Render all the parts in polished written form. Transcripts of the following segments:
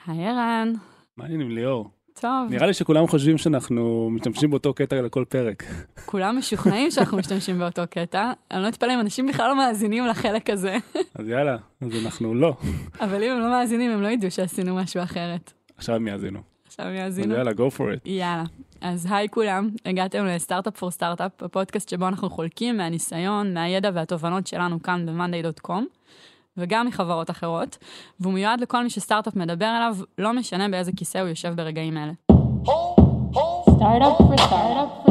היי ערן. מה העניינים ליאור? טוב. נראה לי שכולם חושבים שאנחנו משתמשים באותו קטע לכל פרק. כולם משוכנעים שאנחנו משתמשים באותו קטע. אני לא אתפלא אם אנשים בכלל לא מאזינים לחלק הזה. אז יאללה, אז אנחנו לא. אבל אם הם לא מאזינים, הם לא ידעו שעשינו משהו אחרת. עכשיו הם יאזינו. עכשיו הם יאזינו. אז יאללה, go for it. יאללה. אז היי כולם, הגעתם לסטארט-אפ פור סטארט-אפ, הפודקאסט שבו אנחנו חולקים מהניסיון, מהידע והתובנות שלנו כאן ב-monday.com. וגם מחברות אחרות, והוא מיועד לכל מי שסטארט-אפ מדבר אליו, לא משנה באיזה כיסא הוא יושב ברגעים אלה. Startup for startup for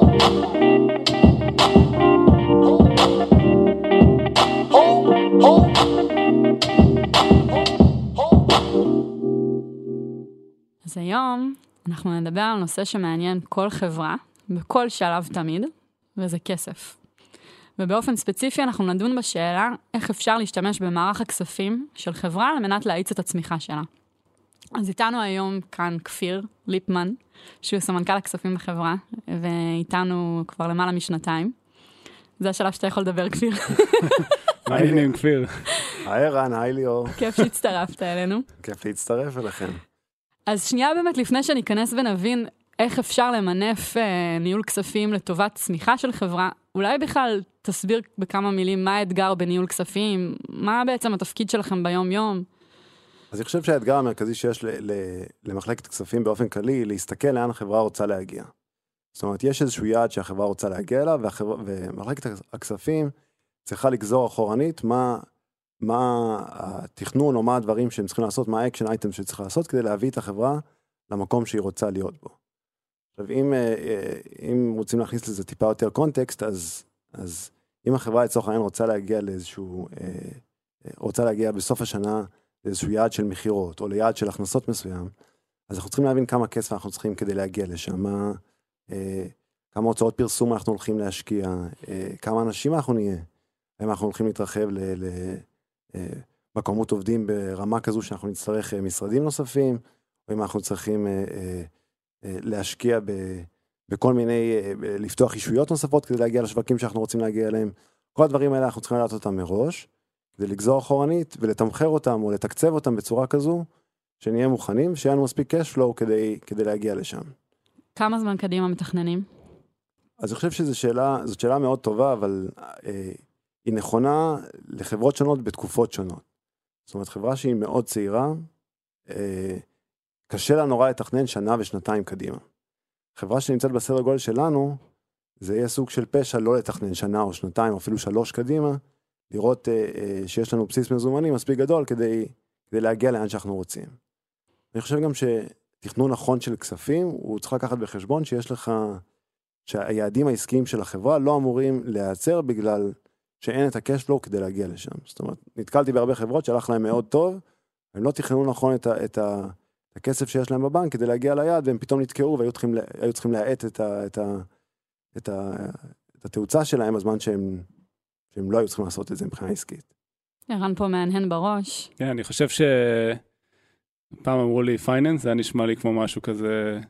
אז היום אנחנו נדבר על נושא שמעניין כל חברה, בכל שלב תמיד, וזה כסף. ובאופן ספציפי אנחנו נדון בשאלה איך אפשר להשתמש במערך הכספים של חברה על מנת להאיץ את הצמיחה שלה. אז איתנו היום כאן כפיר ליפמן, שהוא סמנכ"ל הכספים בחברה, ואיתנו כבר למעלה משנתיים. זה השלב שאתה יכול לדבר, כפיר. מה העניינים, כפיר? היי ערן, היי ליאור. כיף שהצטרפת אלינו. כיף להצטרף אליכם. אז שנייה באמת לפני שניכנס ונבין איך אפשר למנף ניהול כספים לטובת צמיחה של חברה, אולי בכלל תסביר בכמה מילים מה האתגר בניהול כספים, מה בעצם התפקיד שלכם ביום-יום? אז אני חושב שהאתגר המרכזי שיש למחלקת כספים באופן כללי, להסתכל לאן החברה רוצה להגיע. זאת אומרת, יש איזשהו יעד שהחברה רוצה להגיע אליו, ומחלקת הכספים צריכה לגזור אחורנית מה התכנון או מה הדברים שהם צריכים לעשות, מה האקשן אייטם שצריך לעשות כדי להביא את החברה למקום שהיא רוצה להיות בו. עכשיו, אם רוצים להכניס לזה טיפה יותר קונטקסט, אז אם החברה לצורך העניין רוצה להגיע רוצה להגיע בסוף השנה לאיזשהו יעד של מחירות, או ליעד של הכנסות מסוים, אז אנחנו צריכים להבין כמה כסף אנחנו צריכים כדי להגיע לשם, כמה הוצאות פרסום אנחנו הולכים להשקיע, כמה אנשים אנחנו נהיה, האם אנחנו הולכים להתרחב בכמות עובדים ברמה כזו שאנחנו נצטרך משרדים נוספים, או אם אנחנו צריכים להשקיע בכל מיני, לפתוח אישויות נוספות כדי להגיע לשווקים שאנחנו רוצים להגיע אליהם. כל הדברים האלה אנחנו צריכים לדעת אותם מראש, כדי לגזור אחורנית ולתמחר אותם או לתקצב אותם בצורה כזו, שנהיה מוכנים, שיהיה לנו מספיק cash flow כדי להגיע לשם. כמה זמן קדימה מתכננים? אז אני חושב שזו שאלה מאוד טובה, אבל היא נכונה לחברות שונות בתקופות שונות. זאת אומרת, חברה שהיא מאוד צעירה, קשה לה נורא לתכנן שנה ושנתיים קדימה. חברה שנמצאת בסדר גודל שלנו, זה יהיה סוג של פשע לא לתכנן שנה או שנתיים, או אפילו 3 קדימה, לראות שיש לנו בסיס מזומנים מספיק גדול כדי להגיע לאן שאנחנו רוצים. אני חושב גם שתכנון נכון של כספים, הוא צריך לקחת בחשבון שהיעדים העסקיים של החברה לא אמורים להיעצר בגלל שאין את ה-cash flow כדי להגיע לשם. זאת אומרת, נתקלתי בהרבה חברות שהלך להם מאוד טוב, הם לא תכננו נכון את הכסף שיש להם בבנק כדי להגיע ליעד, והם פתאום נתקעו והיו צריכים להאט את התאוצה שלהם בזמן שהם לא היו צריכים לעשות את זה מבחינה עסקית. ערן פה מהנהן בראש. כן, אני חושב שפעם אמרו לי פייננס, זה נשמע לי כמו משהו כזה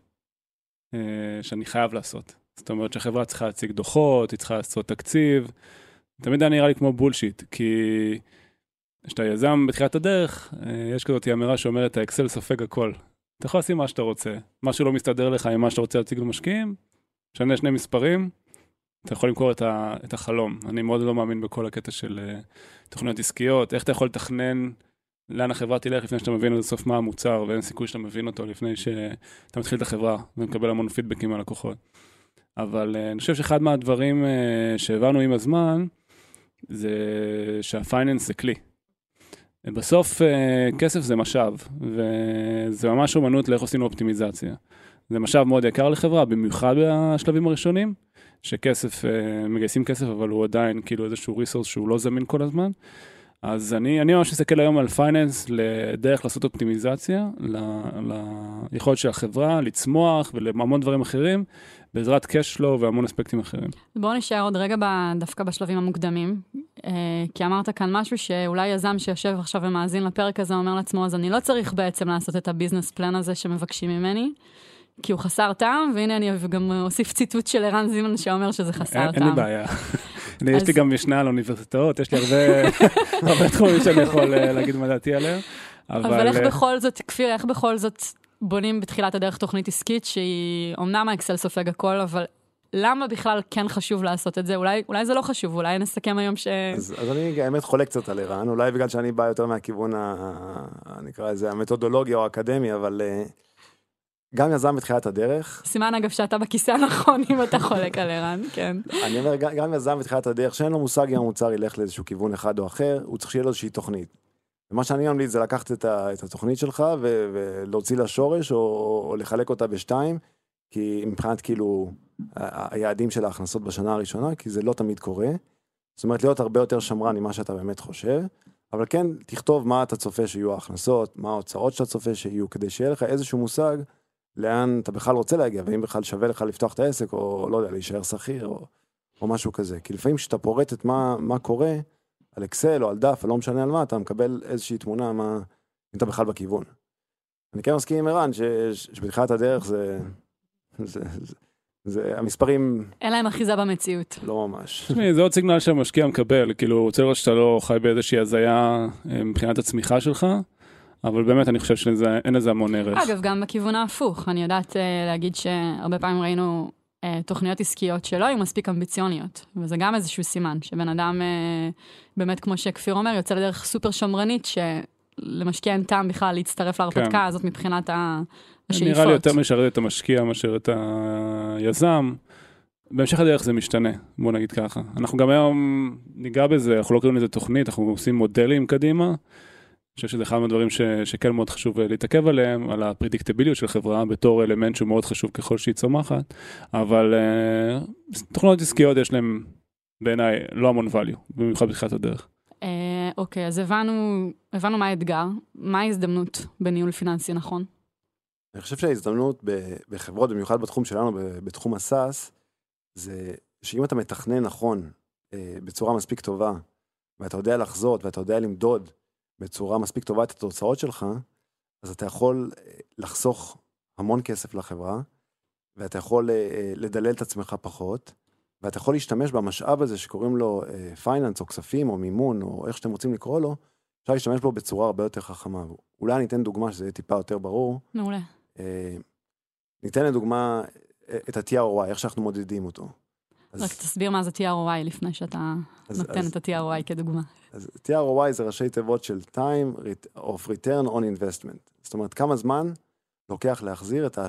שאני חייב לעשות. זאת אומרת שהחברה צריכה להציג דוחות, היא צריכה לעשות תקציב, תמיד היה נראה לי כמו בולשיט, כי כשאתה יזם בתחילת הדרך, יש כזאת אמירה שאומרת, האקסל סופג הכל. אתה יכול לשים מה שאתה רוצה. משהו לא מסתדר לך עם מה שאתה רוצה להציג למשקיעים, שנה 2 מספרים, אתה יכול למכור את החלום. אני מאוד לא מאמין בכל הקטע של תוכניות עסקיות, איך אתה יכול לתכנן לאן החברה תלך לפני שאתה מבין עד סוף מה המוצר, ואין סיכוי שאתה מבין אותו לפני שאתה מתחיל את החברה, ומקבל המון פידבקים על לקוחות. אבל אני חושב שאחד מהדברים שהבנו עם הזמן, זה שהפייננס זה כלי. בסוף כסף זה משאב, וזה ממש אומנות לאיך עשינו אופטימיזציה. זה משאב מאוד יקר לחברה, במיוחד בשלבים הראשונים, שכסף, מגייסים כסף, אבל הוא עדיין כאילו איזשהו ריסורס שהוא לא זמין כל הזמן. אז אני ממש מסתכל היום על פייננס לדרך לעשות אופטימיזציה, ליכולת של החברה, לצמוח ולהמון דברים אחרים, בעזרת cash flow והמון אספקטים אחרים. בואו נשאר עוד רגע דווקא בשלבים המוקדמים, כי אמרת כאן משהו שאולי יזם שיושב עכשיו ומאזין לפרק הזה אומר לעצמו, אז אני לא צריך בעצם לעשות את הביזנס פלן הזה שמבקשים ממני, כי הוא חסר טעם, והנה אני גם אוסיף ציטוט של ערן זימן שאומר שזה חסר טעם. אין לי בעיה. יש לי גם משנה על אוניברסיטאות, יש לי הרבה תחומים שאני יכול להגיד מה דעתי עליהם, אבל איך בכל זאת, כפיר, איך בכל זאת בונים בתחילת הדרך תוכנית עסקית שהיא, אמנם האקסל סופג הכל, אבל למה בכלל כן חשוב לעשות את זה? אולי זה לא חשוב, אולי נסכם היום אז אני האמת חולק קצת על ערן, אולי בגלל שאני בא יותר מהכיוון, נקרא לזה, המתודולוגיה או האקדמי, אבל גם יזם בתחילת הדרך. סימן אגב שאתה בכיסא הנכון אם אתה חולק על ערן, כן. אני אומר, גם יזם בתחילת הדרך, שאין לו מושג אם המוצר ילך לאיזשהו כיוון אחד או אחר, הוא צריך שיהיה לו איזושהי תוכנית. ומה שאני ממליץ זה לקחת את התוכנית שלך ולהוציא לה שורש או לחלק אותה בשתיים, כי מבחינת כאילו היעדים של ההכנסות בשנה הראשונה, כי זה לא תמיד קורה. זאת אומרת, להיות הרבה יותר שמרן ממה שאתה באמת חושב, אבל כן, תכתוב מה אתה צופה שיהיו ההכנסות, מה ההוצאות שאתה צופה שיהיו, כדי שיהיה לך איזשהו מושג לאן אתה בכלל רוצה להגיע, ואם בכלל שווה לך לפתוח את העסק, או לא יודע, להישאר שכיר, או משהו כזה. כי לפעמים כשאתה פורט את מה קורה, על אקסל או על דף, או לא משנה על מה, אתה מקבל איזושהי תמונה, אם אתה בכלל בכיוון. אני כן מסכים עם ערן, שבתחילת הדרך המספרים... אין להם אחיזה במציאות. לא ממש. זה עוד סיגנל שהמשקיע מקבל, כאילו, הוא רוצה לראות שאתה לא חי באיזושהי הזיה מבחינת הצמיחה שלך, אבל באמת אני חושב שאין לזה המון ערך. אגב, גם בכיוון ההפוך, אני יודעת להגיד שהרבה פעמים ראינו תוכניות עסקיות שלא היו מספיק אמביציוניות, וזה גם איזשהו סימן, שבן אדם, באמת כמו שכפיר אומר, יוצא לדרך סופר שמרנית, שלמשקיע אין טעם בכלל להצטרף להרפתקה הזאת מבחינת השאיפות. נראה לי יותר משרת את המשקיע, מאשר את היזם. בהמשך הדרך זה משתנה, בוא נגיד ככה. אנחנו גם היום ניגע בזה, אנחנו לא קוראים לזה תוכנית, אנחנו עושים מודלים קדימה. אני חושב שזה אחד מהדברים שכן מאוד חשוב להתעכב עליהם, על הפרדיקטיביליות של חברה, בתור אלמנט שהוא מאוד חשוב ככל שהיא צומחת, אבל תוכניות עסקיות יש להם בעיניי לא המון value, במיוחד בתחילת הדרך. אוקיי, אז הבנו מה האתגר, מה ההזדמנות בניהול פיננסי נכון? אני חושב שההזדמנות בחברות, במיוחד בתחום שלנו, בתחום הסאס, זה שאם אתה מתכנן נכון, בצורה מספיק טובה, ואתה יודע לחזות, ואתה יודע למדוד בצורה מספיק טובה את התוצאות שלך, אז אתה יכול לחסוך המון כסף לחברה, ואתה יכול לדלל את עצמך פחות, ואתה יכול להשתמש במשאב הזה שקוראים לו פייננס או כספים או מימון, או איך שאתם רוצים לקרוא לו, אפשר להשתמש בו בצורה הרבה יותר חכמה. אולי אני אתן דוגמה שזה יהיה טיפה יותר ברור. מעולה. ניתן לדוגמה את ה-TROI, איך שאנחנו מודדים אותו. רק תסביר מה זה TROI לפני שאתה נותן את ה-TROI כדוגמה. אז TROI זה ראשי תיבות של Time of Return on Investment. זאת אומרת, כמה זמן לוקח להחזיר את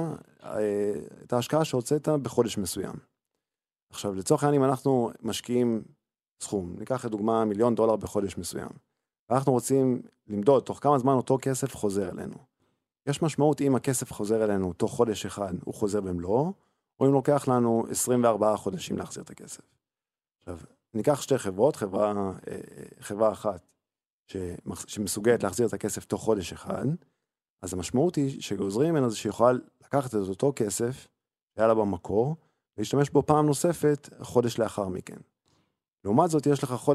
ההשקעה שהוצאת בחודש מסוים. עכשיו, לצורך העניין, אם אנחנו משקיעים סכום, ניקח לדוגמה $1,000,000 בחודש מסוים, ואנחנו רוצים למדוד תוך כמה זמן אותו כסף חוזר אלינו. יש משמעות אם הכסף חוזר אלינו תוך חודש אחד, הוא חוזר במלואו, או אם לוקח לנו 24 חודשים להחזיר את הכסף. עכשיו, ניקח שתי חברות, חברה אחת שמסוגלת להחזיר את הכסף תוך חודש אחד, אז המשמעות היא שגוזרים ממנה זה שיכולה לקחת את אותו כסף, שהיה לה במקור, להשתמש בו פעם נוספת חודש לאחר מכן. לעומת זאת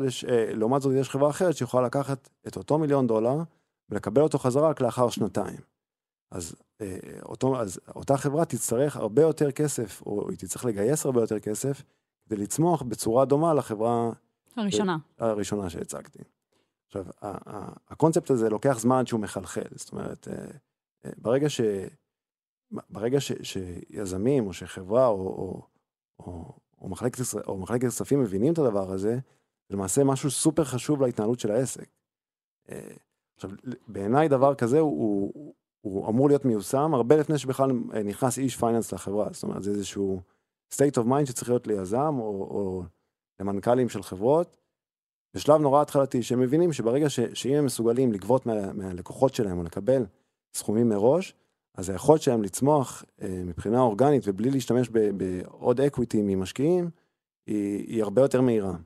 יש חברה אחרת שיכולה לקחת את אותו $1,000,000 ולקבל אותו חזרה רק לאחר שנתיים. אז אותה חברה תצטרך הרבה יותר כסף, או היא תצטרך לגייס הרבה יותר כסף, כדי לצמוח בצורה דומה לחברה הראשונה שהצגתי. עכשיו, הקונספט הזה לוקח זמן שהוא מחלחל, זאת אומרת, ברגע שיזמים, או שחברה, או מחלקת כספים מבינים את הדבר הזה, זה למעשה משהו סופר חשוב להתנהלות של העסק. עכשיו, בעיניי דבר כזה הוא אמור להיות מיושם, הרבה לפני שבכלל נכנס איש פייננס לחברה, זאת אומרת, זה איזשהו state of mind שצריך להיות ליזם, או למנכ"לים של חברות, בשלב נורא התחלתי, שהם מבינים שברגע שאם הם מסוגלים לגבות מהלקוחות שלהם, או לקבל סכומים מראש, אז היכולת שלהם לצמוח מבחינה אורגנית, ובלי להשתמש בעוד אקוויטי ממשקיעים, היא הרבה יותר מהירה.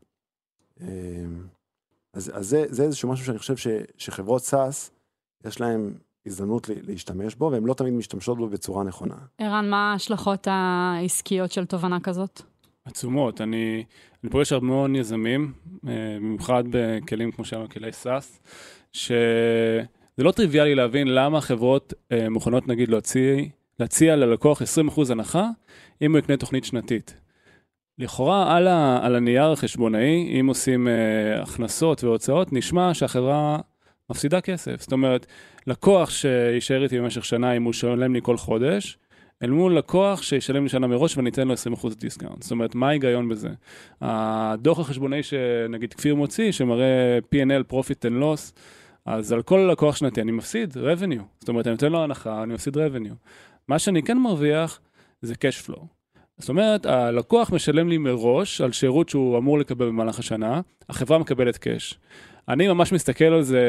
אז זה איזשהו משהו שאני חושב שחברות סאס, יש להם הזדמנות להשתמש בו, והם לא תמיד משתמשות בו בצורה נכונה. ערן, מה ההשלכות העסקיות של תובנה כזאת? עצומות. אני פוגש הרבה מאוד יזמים, במיוחד בכלים כמו שאמרנו, כלי סאס, שזה לא טריוויאלי להבין למה חברות מוכנות, נגיד, להציע ללקוח 20% הנחה, אם הוא יקנה תוכנית שנתית. לכאורה, על הנייר החשבונאי, אם עושים הכנסות והוצאות, נשמע שהחברה מפסידה כסף. זאת אומרת, לקוח שישאר איתי במשך שנה אם הוא שלם לי כל חודש, אל מול לקוח שישלם לי שנה מראש וניתן לו 20% דיסקאונט. זאת אומרת, מה ההיגיון בזה? הדוח החשבוני שנגיד כפיר מוציא, שמראה P&L, Profit and Loss, אז על כל לקוח שנתי אני מפסיד revenue. זאת אומרת, אני נותן לו הנחה, אני מפסיד revenue. מה שאני כן מרוויח זה cash flow. זאת אומרת, הלקוח משלם לי מראש על שירות שהוא אמור לקבל במהלך השנה, החברה מקבלת cash. אני ממש מסתכל על זה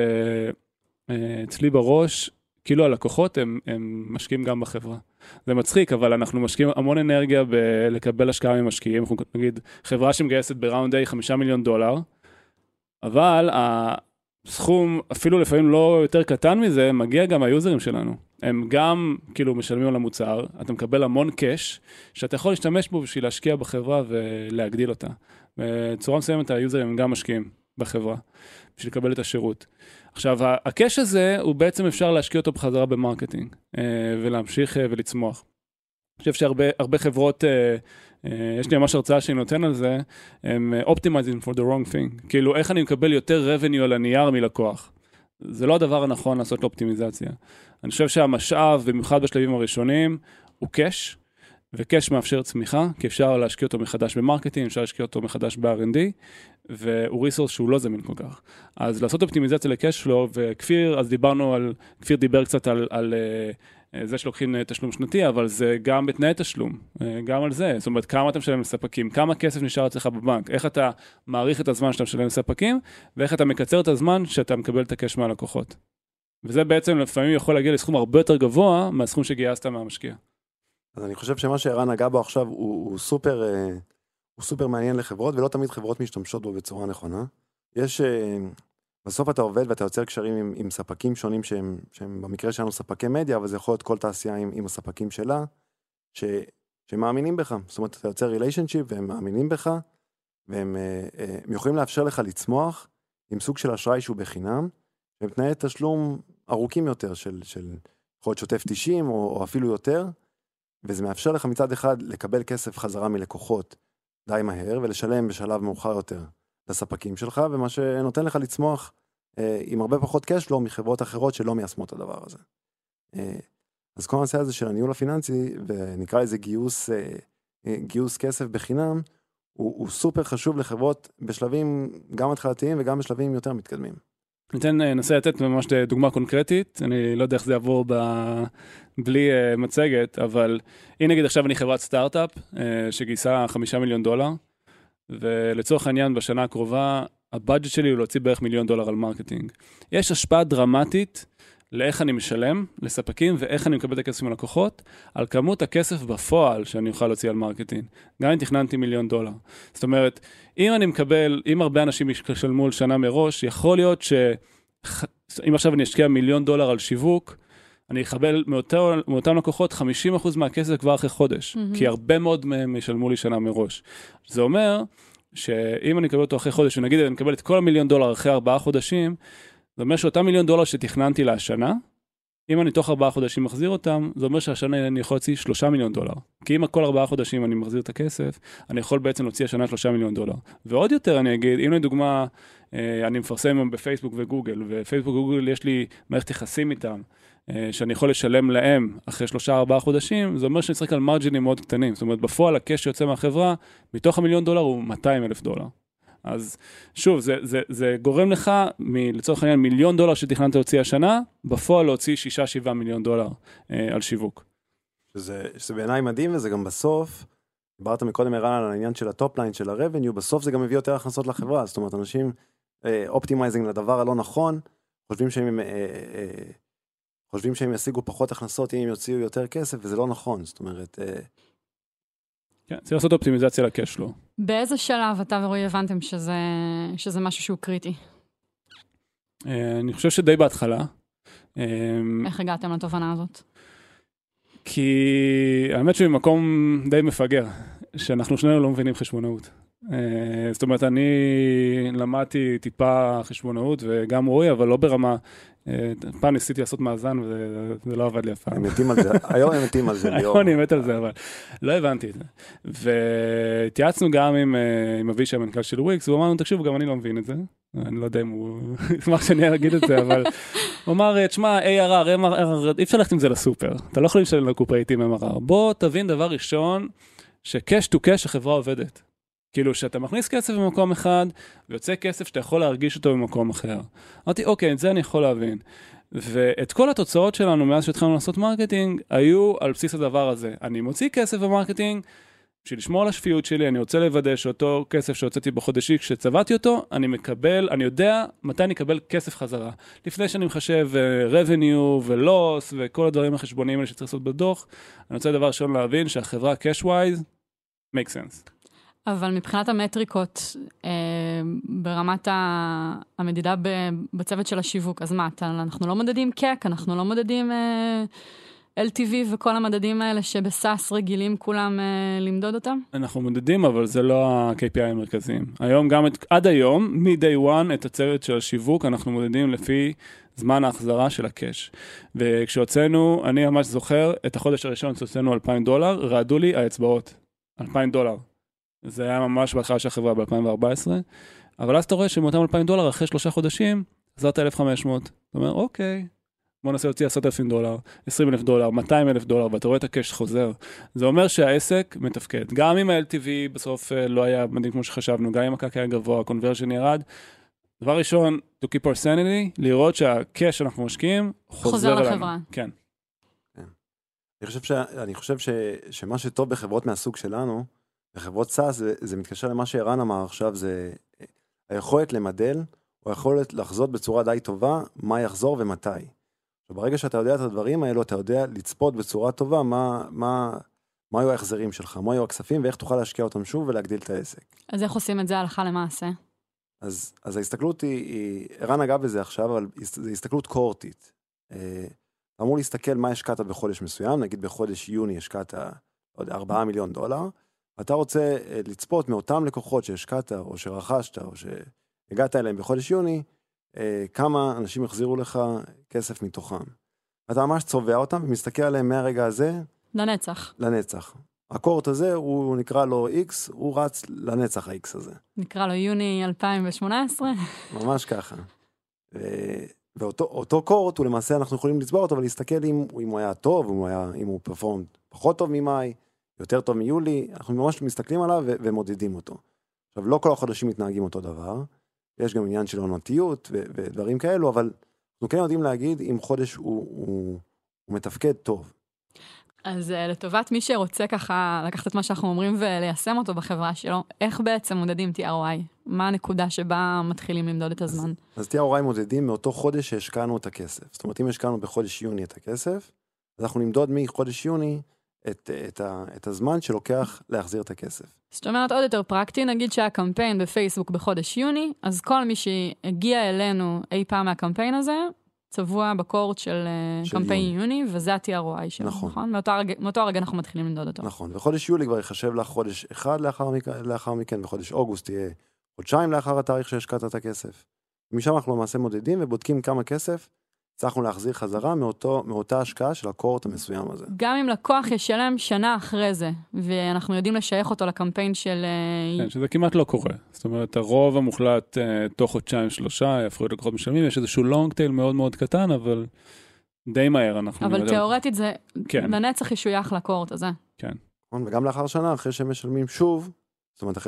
אצלי בראש, כאילו הלקוחות הם משקיעים גם בחברה. זה מצחיק, אבל אנחנו משקיעים המון אנרגיה בלקבל השקעה ממשקיעים. אנחנו נגיד, חברה שמגייסת בראונד A $5 מיליון, אבל הסכום, אפילו לפעמים לא יותר קטן מזה, מגיע גם היוזרים שלנו. הם גם כאילו משלמים על המוצר, אתה מקבל המון קש, שאתה יכול להשתמש בו בשביל להשקיע בחברה ולהגדיל אותה. בצורה מסוימת היוזרים הם גם משקיעים בחברה, בשביל לקבל את השירות. עכשיו, הקש הזה הוא בעצם אפשר להשקיע אותו בחזרה במרקטינג, ולהמשיך ולצמוח. אני חושב שהרבה חברות, יש לי ממש הרצאה שאני נותן על זה, הם optimizing for the wrong thing. כאילו, איך אני מקבל יותר revenue על הנייר מלקוח? זה לא הדבר הנכון לעשות אופטימיזציה. אני חושב שהמשאב, במיוחד בשלבים הראשונים, הוא קש, וקש מאפשר צמיחה, כי אפשר להשקיע אותו מחדש במרקטינג, אפשר להשקיע אותו מחדש ב-R&D, והוא ריסורס שהוא לא זמין כל כך. אז לעשות אופטימיזציה לקש פלו, וכפיר, אז כפיר דיבר קצת על זה שלוקחים תשלום שנתי, אבל זה גם בתנאי תשלום, גם על זה. זאת אומרת, כמה אתה משלם לספקים, כמה כסף נשאר אצלך בבנק, איך אתה מעריך את הזמן שאתה משלם לספקים, ואיך אתה מקצר את הזמן שאתה מקבל את הקש מהלקוחות. וזה בעצם לפעמים יכול להגיע לסכום הרבה יותר גבוה מהסכום שגייסת מהמשקיע. אז אני חושב שמה שערן נגע בו עכשיו הוא סופר מעניין לחברות, ולא תמיד חברות משתמשות בו בצורה נכונה. בסוף אתה עובד ואתה יוצר קשרים עם ספקים שונים שהם במקרה שלנו ספקי מדיה, אבל זה יכול להיות כל תעשייה עם הספקים שלה, שמאמינים בך. זאת אומרת, אתה יוצר ריליישנשיפ והם מאמינים בך, והם יכולים לאפשר לך לצמוח עם סוג של אשראי שהוא בחינם, והם תנאי תשלום ארוכים יותר של יכול להיות שוטף 90 או אפילו יותר, וזה מאפשר לך מצד אחד לקבל כסף חזרה מלקוחות די מהר, ולשלם בשלב מאוחר יותר לספקים שלך, ומה שנותן לך לצמוח עם הרבה פחות קשפלו מחברות אחרות שלא מיישמות את הדבר הזה. אז כל הנושא הזה של הניהול הפיננסי, ונקרא לזה גיוס כסף בחינם, הוא סופר חשוב לחברות בשלבים גם התחלתיים וגם בשלבים יותר מתקדמים. ננסה לתת ממש דוגמה קונקרטית, אני לא יודע איך זה יעבור בלי מצגת, אבל הנה נגיד עכשיו אני חברת סטארט-אפ שגייסה $5 מיליון, ולצורך העניין בשנה הקרובה, הבאג'ט שלי הוא להוציא בערך $1 מיליון על מרקטינג. יש השפעה דרמטית לאיך אני משלם לספקים, ואיך אני מקבל את הכסף מהלקוחות, על כמות הכסף בפועל שאני אוכל להוציא על מרקטינג. גם אם תכננתי $1 מיליון. זאת אומרת, אם הרבה אנשים ישלמו על שנה מראש, יכול להיות אם עכשיו אני אשקיע $1 מיליון על שיווק, אני אקבל מאותם לקוחות 50% מהכסף כבר אחרי חודש, כי הרבה מאוד מהם ישלמו לי שנה מראש. זה אומר שאם אני אקבל אותו אחרי חודש, ונגיד אני אקבל את כל $1 מיליון אחרי 4 חודשים, זה אומר שאותם $1 מיליון שתכננתי להשנה, אם אני תוך 4 חודשים מחזיר אותם, זה אומר שהשנה אני יכול להוציא $3 מיליון. כי אם כל 4 חודשים אני מחזיר את הכסף, אני יכול בעצם להוציא השנה $3 מיליון. ועוד יותר אני אגיד, אם לדוגמה, אני מפרסם בפייסבוק וגוגל, ופייסבוק וגוגל יש לי מערכת יחסים איתם, שאני יכול לשלם להם אחרי 3-4 חודשים, זה אומר שאני צריך על מרג'ינים מאוד קטנים. זאת אומרת, בפועל הקש שיוצא מהחברה, מתוך $1 מיליון הוא $200,000. אז שוב, זה גורם לך, לצורך העניין, $1 מיליון שתכננת להוציא השנה, בפועל להוציא $6-7 מיליון על שיווק. שזה בעיניי מדהים, וזה גם בסוף, דיברת מקודם ערן על העניין של הטופליין, של הרבניו, בסוף זה גם מביא יותר הכנסות לחברה. זאת אומרת, אנשים אופטימייזינג לדבר הלא נכון, חושבים שהם ישיגו פחות הכנסות אם הם יוציאו יותר כסף, וזה לא נכון. זאת אומרת... כן, צריך לעשות אופטימיזציה לקש שלו. באיזה שלב אתה ורועי הבנתם שזה משהו שהוא קריטי? אני חושב שדי בהתחלה. איך הגעתם לתובנה הזאת? כי האמת שבמקום די מפגר, שאנחנו שנינו לא מבינים חשבונאות. זאת אומרת, אני למדתי טיפה חשבונאות וגם רועי, אבל לא ברמה פעם ניסיתי לעשות מאזן וזה לא עבד לי אף פעם. הם מתים על זה, היום הם מתים על זה. היום אני מת על זה, אבל לא הבנתי את זה. והתייעצנו גם עם אבישי המנכ"ל של וויקס, הוא אמר לנו, תקשיבו, גם אני לא מבין את זה. אני לא יודע אם הוא ישמח שאני אגיד את זה, אבל הוא אמר, תשמע, ARR, MRR, אי אפשר ללכת עם זה לסופר. אתה לא יכול לשלם לקופרייטים MRR. בוא תבין דבר ראשון, שקש טו קש החברה עובדת. כאילו שאתה מכניס כסף במקום אחד, ויוצא כסף שאתה יכול להרגיש אותו במקום אחר. אמרתי, אוקיי, את זה אני יכול להבין. ואת כל התוצאות שלנו, מאז שהתחלנו לעשות מרקטינג, היו על בסיס הדבר הזה. אני מוציא כסף במרקטינג, בשביל לשמור על השפיות שלי, אני רוצה לוודא שאותו כסף שהוצאתי בחודשי, כשצבעתי אותו, אני יודע מתי אני אקבל כסף חזרה. לפני שאני מחשב revenue ו-loss וכל הדברים החשבוניים האלה שצריך לעשות בדוח, אני רוצה דבר ראשון להבין שהחברה cash-wise make sense. אבל מבחינת המטריקות, ברמת המדידה בצוות של השיווק, אז מה, אנחנו לא מדדים קק, אנחנו לא מדדים LTV וכל המדדים האלה שבסאס רגילים כולם למדוד אותם? אנחנו מדדים, אבל זה לא ה-KPI המרכזיים. עד היום, מ-day one, את הצוות של השיווק, אנחנו מודדים לפי זמן ההחזרה של הקש. וכשהוצאנו, אני ממש זוכר, את החודש הראשון שהוצאנו $2,000, רעדו לי האצבעות. $2,000. זה היה ממש בהתחלה של החברה ב-2014, אבל אז אתה רואה שמאותם $2,000 אחרי 3 חודשים, עזרת $1,500. אתה אומר, אוקיי, בוא נעשה להוציא $10,000, $20,000, $200,000, ואתה רואה את הקש חוזר. זה אומר שהעסק מתפקד. גם אם ה-LTV בסוף לא היה מדהים כמו שחשבנו, גם אם הקק היה גבוה, ה-conversion ירד. דבר ראשון, to keep our sanity, לראות שהקש שאנחנו משקיעים חוזר לחברה. כן. אני חושב שמה שטוב בחברות מהסוג שלנו, בחברות סאס, זה מתקשר למה שערן אמר עכשיו, זה היכולת למדל, או היכולת לחזות בצורה די טובה, מה יחזור ומתי. וברגע שאתה יודע את הדברים האלו, אתה יודע לצפות בצורה טובה, מה היו ההחזרים שלך, מה היו הכספים, ואיך תוכל להשקיע אותם שוב ולהגדיל את העסק. אז איך עושים את זה הלכה למעשה? אז ההסתכלות היא, ערן אגב בזה עכשיו, אבל זו הסתכלות קורטית. אמור להסתכל מה השקעת בחודש מסוים, נגיד בחודש יוני השקעת $4 מיליון, אתה רוצה לצפות מאותם לקוחות שהשקעת, או שרכשת, או שהגעת אליהם בחודש יוני, כמה אנשים יחזירו לך כסף מתוכם. אתה ממש צובע אותם, ומסתכל עליהם מהרגע הזה, לנצח. הקורט הזה, הוא נקרא לו X, הוא רץ לנצח ה-X הזה. נקרא לו יוני 2018. ממש ככה. ואותו קורט, הוא למעשה אנחנו יכולים לצבוע אותו, ולהסתכל אם הוא היה טוב, אם הוא פרפורם פחות טוב ממאי, יותר טוב מיולי, אנחנו ממש מסתכלים עליו ומודדים אותו. עכשיו, לא כל החודשים מתנהגים אותו דבר, יש גם עניין של עונתיות ודברים כאלו, אבל אנחנו כן יודעים להגיד אם חודש הוא מתפקד טוב. אז לטובת מי שרוצה ככה לקחת את מה שאנחנו אומרים וליישם אותו בחברה שלו, איך בעצם מודדים TROI? מה הנקודה שבה מתחילים למדוד את הזמן? אז TROI מודדים מאותו חודש שהשקענו את הכסף. זאת אומרת, אם השקענו בחודש יוני את הכסף, אז אנחנו נמדוד מחודש יוני את הזמן שלוקח להחזיר את הכסף. זאת אומרת, עוד יותר פרקטי, נגיד שהיה קמפיין בפייסבוק בחודש יוני, אז כל מי שהגיע אלינו אי פעם מהקמפיין הזה, צבוע בקורט של קמפיין יוני, וזה ה-TROI שלו, נכון? מאותו הרגע אנחנו מתחילים למדוד אותו. נכון, וחודש יולי כבר יחשב לך חודש אחד לאחר מכן, וחודש אוגוסט תהיה חודשיים לאחר התאריך שהשקעת את הכסף. ומשם אנחנו למעשה מודדים ובודקים כמה כסף צריכנו להחזיר חזרה מאותה השקעה של הקורט המסוים הזה. גם אם לקוח ישלם שנה אחרי זה, ואנחנו יודעים לשייך אותו לקמפיין של... כן, שזה כמעט לא קורה. זאת אומרת, הרוב המוחלט תוך חודשיים-3, יהפכו להיות לקוחות משלמים, יש איזשהו לונג טייל מאוד מאוד קטן, אבל די מהר אנחנו... אבל תיאורטית זה לנצח ישוייך לקורט הזה. כן. וגם לאחר שנה, אחרי שהם משלמים שוב, זאת אומרת,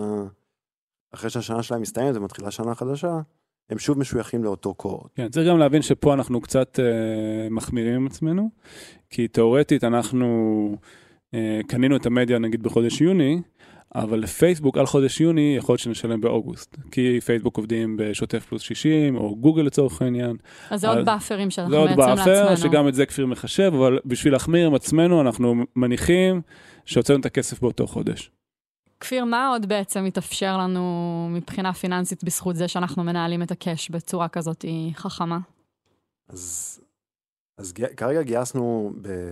אחרי שהשנה שלהם מסתיימת ומתחילה שנה חדשה, הם שוב משויכים לאותו קורט. כן, צריך גם להבין שפה אנחנו קצת מחמירים עם עצמנו, כי תיאורטית אנחנו קנינו את המדיה נגיד בחודש יוני, אבל לפייסבוק על חודש יוני יכול להיות שנשלם באוגוסט, כי פייסבוק עובדים בשוטף פלוס 60, או גוגל לצורך העניין. אז זה עוד באפרים שאנחנו מייצרים לעצמנו. זה עוד באפר, שגם את זה כפיר מחשב, אבל בשביל להחמיר עם עצמנו אנחנו מניחים שהוצאנו את הכסף באותו חודש. כפיר, מה עוד בעצם מתאפשר לנו מבחינה פיננסית בזכות זה שאנחנו מנהלים את הקש בצורה כזאת חכמה? אז כרגע גייסנו,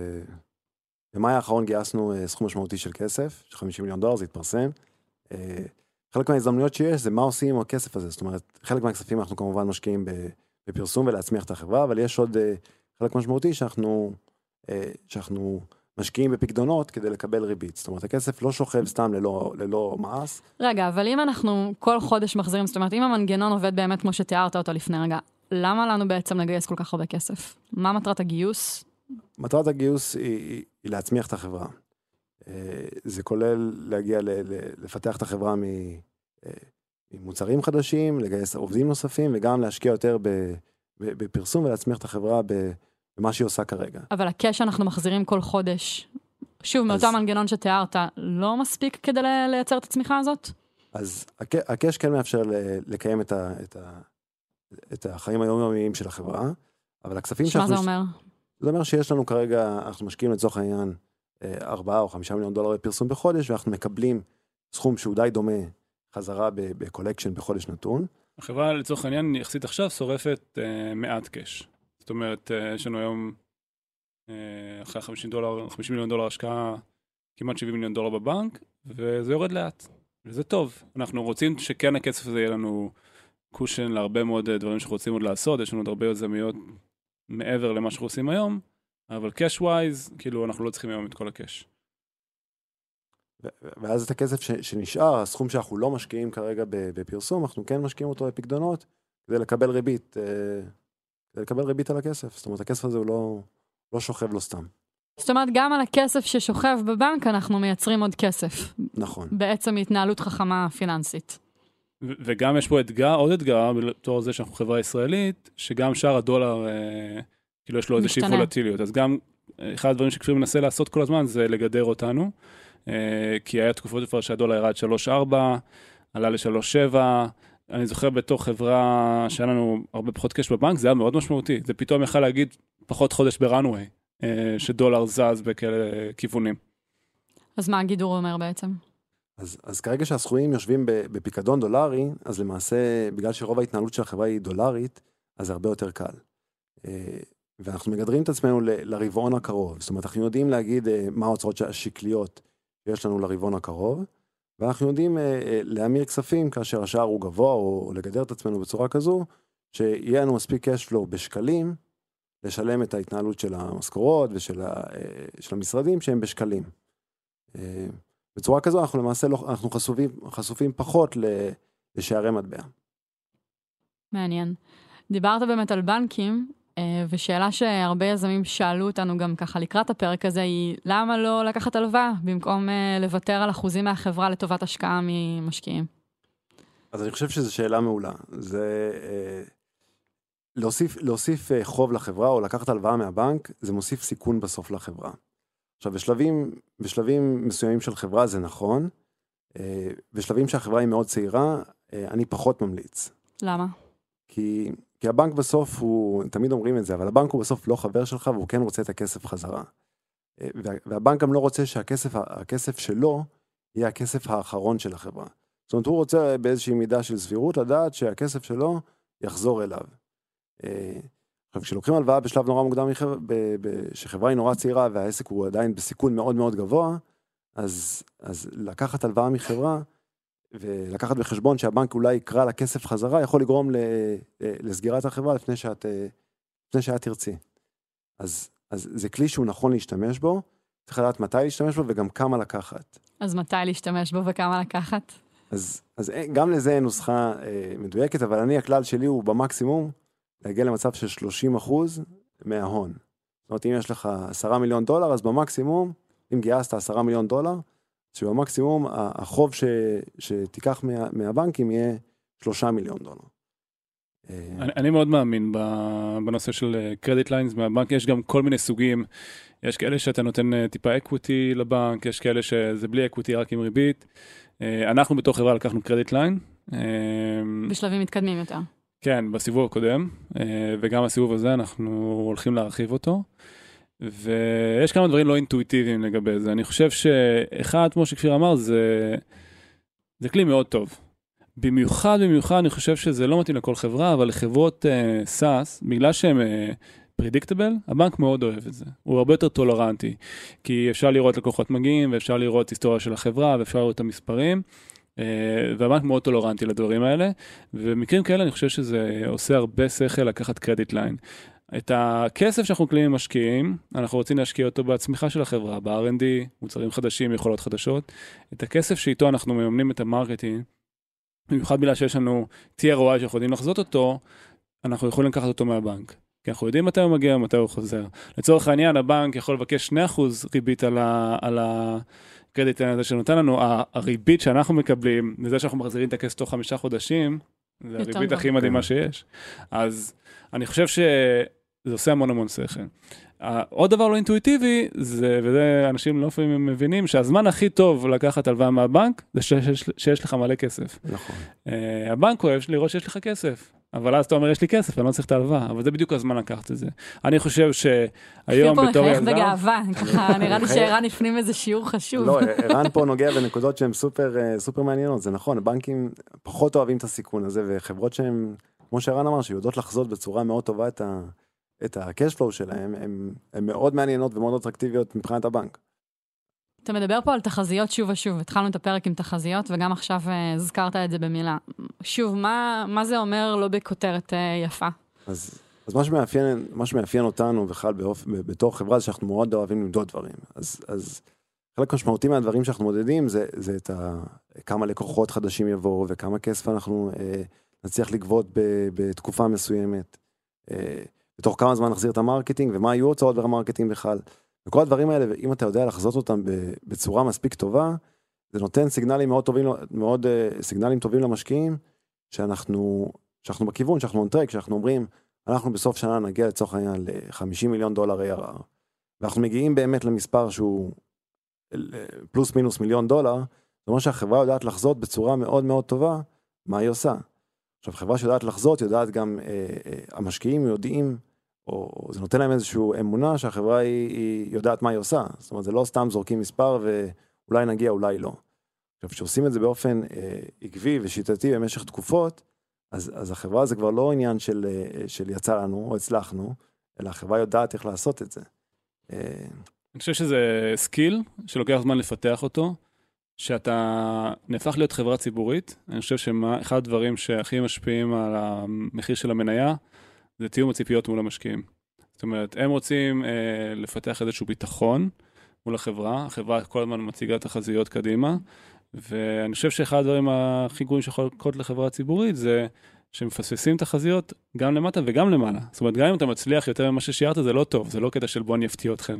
במאי האחרון גייסנו סכום משמעותי של כסף, של $50 מיליון, זה התפרסם. חלק מההזדמנויות שיש זה מה עושים עם הכסף הזה, זאת אומרת, חלק מהכספים אנחנו כמובן משקיעים בפרסום ולהצמיח את החברה, אבל יש עוד חלק משמעותי שאנחנו משקיעים בפקדונות כדי לקבל ריבית. זאת אומרת, הכסף לא שוכב סתם ללא מעש. רגע, אבל אם אנחנו כל חודש מחזירים, זאת אומרת, אם המנגנון עובד באמת כמו שתיארת אותו לפני רגע, למה לנו בעצם לגייס כל כך הרבה כסף? מה מטרת הגיוס? מטרת הגיוס היא להצמיח את החברה. זה כולל להגיע לפתח את החברה ממוצרים חדשים, לגייס עובדים נוספים, וגם להשקיע יותר בפרסום ולהצמיח את החברה במה שהיא עושה כרגע. אבל הקש שאנחנו מחזירים כל חודש, שוב, מאותו מנגנון שתיארת, לא מספיק כדי לייצר את הצמיחה הזאת? אז הקש כן מאפשר לקיים את החיים היומיומיים של החברה, אבל הכספים שמה זה אומר? זה אומר שיש לנו כרגע, אנחנו משקיעים לצורך העניין 4 או 5 מיליון דולר בפרסום בחודש, ואנחנו מקבלים סכום שהוא די דומה חזרה בקולקשן בחודש נתון. החברה לצורך העניין יחסית עכשיו שורפת מעט קש. זאת אומרת, יש לנו היום אחרי 50 מיליון דולר השקעה, כמעט 70 מיליון דולר בבנק, וזה יורד לאט. וזה טוב. אנחנו רוצים שכן הכסף הזה יהיה לנו קושן להרבה מאוד דברים שרוצים עוד לעשות, יש לנו עוד הרבה יזמיות מעבר למה שאנחנו עושים היום, אבל cash wise, כאילו אנחנו לא צריכים היום את כל הקש. ואז את הכסף שנשאר, הסכום שאנחנו לא משקיעים כרגע בפרסום, אנחנו כן משקיעים אותו בפקדונות, כדי לקבל ריבית על הכסף. זאת אומרת, הכסף הזה הוא לא שוכב לו סתם. זאת אומרת, גם על הכסף ששוכב בבנק, אנחנו מייצרים עוד כסף. נכון. בעצם התנהלות חכמה פיננסית. וגם יש פה עוד אתגר, בתור זה שאנחנו חברה ישראלית, שגם שער הדולר, כאילו יש לו איזושהי וולטיליות. אז גם אחד הדברים שכפיר מנסה לעשות כל הזמן, זה לגדר אותנו, כי היה תקופות כבר שהדולר ירד 3.4, עלה ל-3.7, אני זוכר בתור חברה שהיה לנו הרבה פחות קש בבנק, זה היה מאוד משמעותי. זה פתאום יכל להגיד פחות חודש ברנווי, שדולר זז בכאלה כיוונים. אז מה הגידור אומר בעצם? אז כרגע שהסכומים יושבים בפיקדון דולרי, אז למעשה, בגלל שרוב ההתנהלות של החברה היא דולרית, אז זה הרבה יותר קל. ואנחנו מגדרים את עצמנו לרבעון הקרוב. זאת אומרת, אנחנו יודעים להגיד מה ההוצאות השקליות שיש לנו לרבעון הקרוב, ואנחנו יודעים להמיר כספים כאשר השער הוא גבוה, או לגדר את עצמנו בצורה כזו, שיהיה לנו מספיק cash flow בשקלים, לשלם את ההתנהלות של המשכורות ושל המשרדים שהם בשקלים. בצורה כזו אנחנו למעשה אנחנו חשופים פחות לשערי מטבע. מעניין. דיברת באמת על בנקים, ושאלה שהרבה יזמים שאלו אותנו גם ככה לקראת הפרק הזה היא, למה לא לקחת הלוואה במקום לוותר על אחוזים מהחברה לטובת השקעה ממשקיעים? אז אני חושב שזו שאלה מעולה. זה להוסיף חוב לחברה או לקחת הלוואה מהבנק, זה מוסיף סיכון בסוף לחברה. עכשיו, בשלבים מסוימים של חברה זה נכון, בשלבים שהחברה היא מאוד צעירה, אני פחות ממליץ. למה? כי הבנק בסוף הוא, תמיד אומרים את זה, אבל הבנק הוא בסוף לא חבר שלך, והוא כן רוצה את הכסף חזרה. והבנק גם לא רוצה שהכסף שלו יהיה הכסף האחרון של החברה. זאת אומרת, הוא רוצה באיזושהי מידה של סבירות לדעת שהכסף שלו יחזור אליו. עכשיו, כשלוקחים הלוואה בשלב נורא מוקדם, שחברה היא נורא צעירה והעסק הוא עדיין בסיכון מאוד מאוד גבוה, אז לקחת הלוואה מחברה, ולקחת בחשבון שהבנק אולי יקרא לכסף חזרה, יכול לגרום לסגירת החברה לפני שאת תרצי. אז זה כלי שהוא נכון להשתמש בו, צריך לדעת מתי להשתמש בו וגם כמה לקחת. אז מתי להשתמש בו וכמה לקחת? אז גם לזה אין נוסחה מדויקת, אבל הכלל שלי הוא במקסימום, להגיע למצב של 30% מההון. זאת אומרת, אם יש לך 10 מיליון דולר, אז במקסימום, אם גייסת 10 מיליון דולר, שבמקסימום החוב שתיקח מהבנקים יהיה 3 מיליון דולר. אני מאוד מאמין בנושא של קרדיט ליינס מהבנק, יש גם כל מיני סוגים, יש כאלה שאתה נותן טיפה אקוויטי לבנק, יש כאלה שזה בלי אקוויטי רק עם ריבית. אנחנו בתור חברה לקחנו קרדיט ליין. בשלבים מתקדמים יותר. כן, בסיבוב הקודם, וגם הסיבוב הזה אנחנו הולכים להרחיב אותו, ויש כמה דברים לא אינטואיטיביים לגבי זה. אני חושב שאחד, כמו שכפיר אמר, זה כלי מאוד טוב. במיוחד, אני חושב שזה לא מתאים לכל חברה, אבל לחברות SaaS, בגלל שהן predictable, הבנק מאוד אוהב את זה. הוא הרבה יותר טולרנטי, כי אפשר לראות לקוחות מגיעים, ואפשר לראות היסטוריה של החברה, ואפשר לראות את המספרים, והבנק מאוד טולרנטי לדברים האלה, ובמקרים כאלה אני חושב שזה עושה הרבה שכל לקחת קרדיט ליין. את הכסף שאנחנו מקבלים משקיעים, אנחנו רוצים להשקיע אותו בצמיחה של החברה, ב-R&D, מוצרים חדשים, יכולות חדשות. את הכסף שאיתו אנחנו מממנים את המרקטינג, במיוחד בגלל שיש לנו TROI שאנחנו יודעים לחזות אותו, אנחנו יכולים לקחת אותו מהבנק. כי אנחנו יודעים מתי הוא מגיע ומתי הוא חוזר. לצורך העניין, הבנק יכול לבקש 2% ריבית על הקרדיט הזה שנותן לנו. הריבית שאנחנו מקבלים, לזה שאנחנו מחזירים את הכסף תוך 5 חודשים, זה הריבית הכי מדהימה שיש. אז אני חושב שזה עושה המון שכל. עוד דבר לא אינטואיטיבי, וזה אנשים לא לפעמים מבינים, שהזמן הכי טוב לקחת הלוואה מהבנק, זה שיש לך מלא כסף. נכון. הבנק אוהב לראות שיש לך כסף, אבל אז אתה אומר, יש לי כסף, אני לא צריך את ההלוואה, אבל זה בדיוק הזמן לקחת את זה. אני חושב שהיום בתור יזם... מחייך בגאווה, ככה נראה לי שערן הפנים איזה שיעור חשוב. לא, ערן פה נוגע בנקודות שהן סופר מעניינות, זה נכון, הבנקים פחות אוהבים את הסיכון הזה, וחברות שהן, כמו שערן אמר, שיודעות לחזות בצורה מאוד טובה את ה-cash flow שלהם, הן מאוד מעניינות ומאוד אטרקטיביות מבחינת הבנק. אתה מדבר פה על תחזיות שוב ושוב, התחלנו את הפרק עם תחזיות, וגם עכשיו הזכרת את זה במילה. שוב, מה זה אומר לא בכותרת יפה? אז מה שמאפיין אותנו בכלל בתור חברה, זה שאנחנו מאוד אוהבים למדוד דברים. אז חלק משמעותי מהדברים שאנחנו מודדים, זה את כמה לקוחות חדשים יבואו, וכמה כסף אנחנו נצליח לגבות בתקופה מסוימת, בתוך כמה זמן נחזיר את המרקטינג, ומה היו הוצאות במרקטינג בכלל. וכל הדברים האלה, אם אתה יודע לחזות אותם בצורה מספיק טובה, זה נותן סיגנלים סיגנלים טובים למשקיעים, שאנחנו בכיוון, שאנחנו on track, שאנחנו אומרים, אנחנו בסוף שנה נגיע לצורך העניין $50 מיליון ARR, ואנחנו מגיעים באמת למספר שהוא פלוס מינוס $1 מיליון, זאת אומרת שהחברה יודעת לחזות בצורה מאוד מאוד טובה, מה היא עושה. עכשיו, חברה שיודעת לחזות, יודעת גם, המשקיעים יודעים, או זה נותן להם איזושהי אמונה שהחברה היא יודעת מה היא עושה. זאת אומרת, זה לא סתם זורקים מספר ואולי נגיע, אולי לא. עכשיו, כשעושים את זה באופן עקבי ושיטתי במשך תקופות, אז החברה זה כבר לא עניין של יצא לנו או הצלחנו, אלא החברה יודעת איך לעשות את זה. אני חושב שזה סקיל שלוקח זמן לפתח אותו, שאתה נהפך להיות חברה ציבורית. אני חושב שאחד הדברים שהכי משפיעים על המחיר של המניה, זה תיאום הציפיות מול המשקיעים. זאת אומרת, הם רוצים לפתח איזשהו ביטחון מול החברה, החברה כל הזמן מציגה תחזיות קדימה, ואני חושב שאחד הדברים הכי גרועים שיכול לקרות לחברה ציבורית, זה שמפספסים תחזיות גם למטה וגם למעלה. זאת אומרת, גם אם אתה מצליח יותר ממה ששיערת, זה לא טוב, זה לא קטע של בוא אני אפתיע אתכם,